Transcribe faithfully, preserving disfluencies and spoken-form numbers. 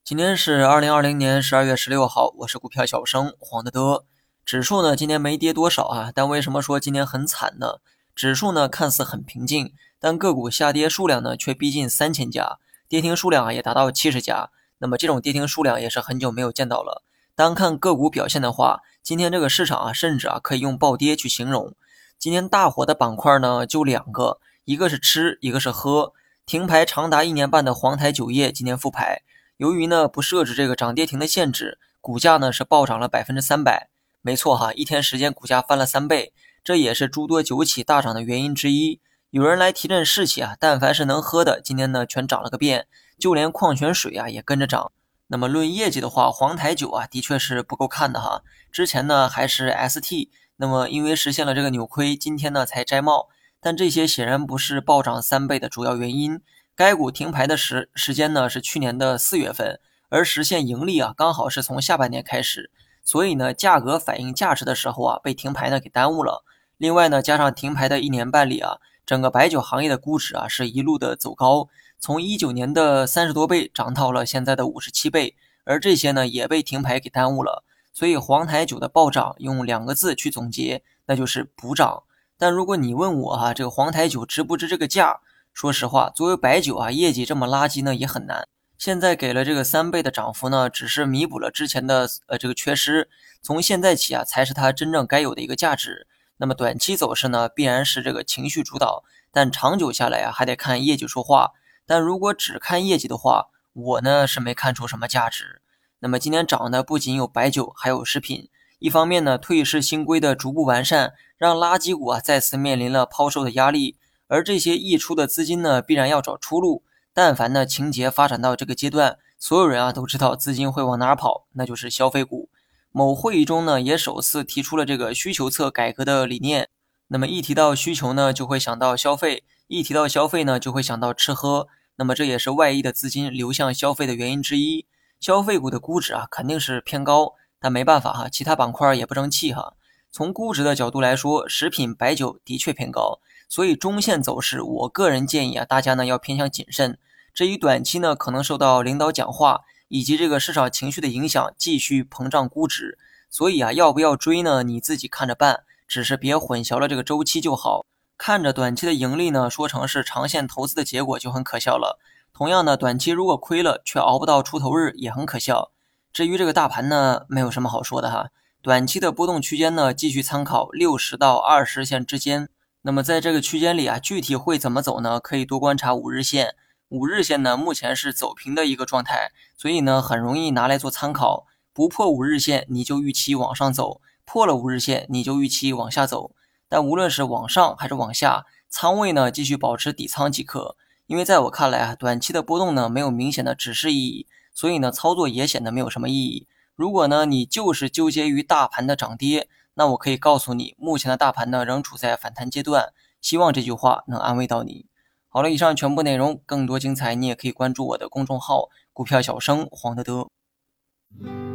今天是二零二零年十二月十六号，我是股票小生黄德德。指数呢今天没跌多少啊，但为什么说今天很惨呢？指数呢看似很平静，但个股下跌数量呢却逼近三千家，跌停数量啊也达到七十家。那么这种跌停数量也是很久没有见到了。单看个股表现的话，今天这个市场啊甚至啊可以用暴跌去形容。今天大火的板块呢就两个，一个是吃，一个是喝。停牌长达一年半的黄台酒业今天复牌。由于呢不设置这个涨跌停的限制，股价呢是暴涨了百分之三百。没错哈，一天时间股价翻了三倍，这也是诸多酒企大涨的原因之一。有人来提振士气啊，但凡是能喝的，今天呢全涨了个遍，就连矿泉水啊也跟着涨。那么论业绩的话，黄台酒啊的确是不够看的哈。之前呢还是 S T， 那么因为实现了这个扭亏，今天呢才摘帽，但这些显然不是暴涨三倍的主要原因。该股停牌的时时间呢是去年的四月份，而实现盈利啊刚好是从下半年开始，所以呢价格反映价值的时候啊被停牌呢给耽误了。另外呢加上停牌的一年半里啊，整个白酒行业的估值啊是一路的走高，从一九年的三十多倍涨到了现在的五十七倍，而这些呢也被停牌给耽误了。所以黄台酒的暴涨用两个字去总结，那就是补涨。但如果你问我哈、啊，这个黄台酒值不值这个价？说实话，作为白酒啊，业绩这么垃圾呢也很难。现在给了这个三倍的涨幅呢，只是弥补了之前的呃这个缺失。从现在起啊，才是它真正该有的一个价值。那么短期走势呢，必然是这个情绪主导，但长久下来啊，还得看业绩说话。但如果只看业绩的话，我呢是没看出什么价值。那么今天涨的不仅有白酒，还有食品。一方面呢，退市新规的逐步完善，让垃圾股啊再次面临了抛售的压力。而这些溢出的资金呢，必然要找出路。但凡呢情节发展到这个阶段，所有人啊都知道资金会往哪儿跑，那就是消费股。某会议中呢，也首次提出了这个需求侧改革的理念。那么一提到需求呢，就会想到消费；一提到消费呢，就会想到吃喝。那么这也是外溢的资金流向消费的原因之一。消费股的估值啊，肯定是偏高，但没办法哈，其他板块也不争气哈。从估值的角度来说，食品、白酒的确偏高。所以中线走势，我个人建议啊，大家呢要偏向谨慎。至于短期呢，可能受到领导讲话以及这个市场情绪的影响，继续膨胀估值。所以啊，要不要追呢？你自己看着办，只是别混淆了这个周期就好。看着短期的盈利呢，说成是长线投资的结果就很可笑了。同样呢，短期如果亏了，却熬不到出头日，也很可笑。至于这个大盘呢，没有什么好说的哈。短期的波动区间呢，继续参考六十到二十线之间。那么在这个区间里啊，具体会怎么走呢？可以多观察五日线。五日线呢，目前是走平的一个状态，所以呢，很容易拿来做参考。不破五日线，你就预期往上走；破了五日线，你就预期往下走。但无论是往上还是往下，仓位呢继续保持底仓即可。因为在我看来啊，短期的波动呢没有明显的指示意义，所以呢，操作也显得没有什么意义。如果呢，你就是纠结于大盘的涨跌，那我可以告诉你，目前的大盘呢仍处在反弹阶段，希望这句话能安慰到你。好了，以上全部内容，更多精彩你也可以关注我的公众号"股票小生黄德德"。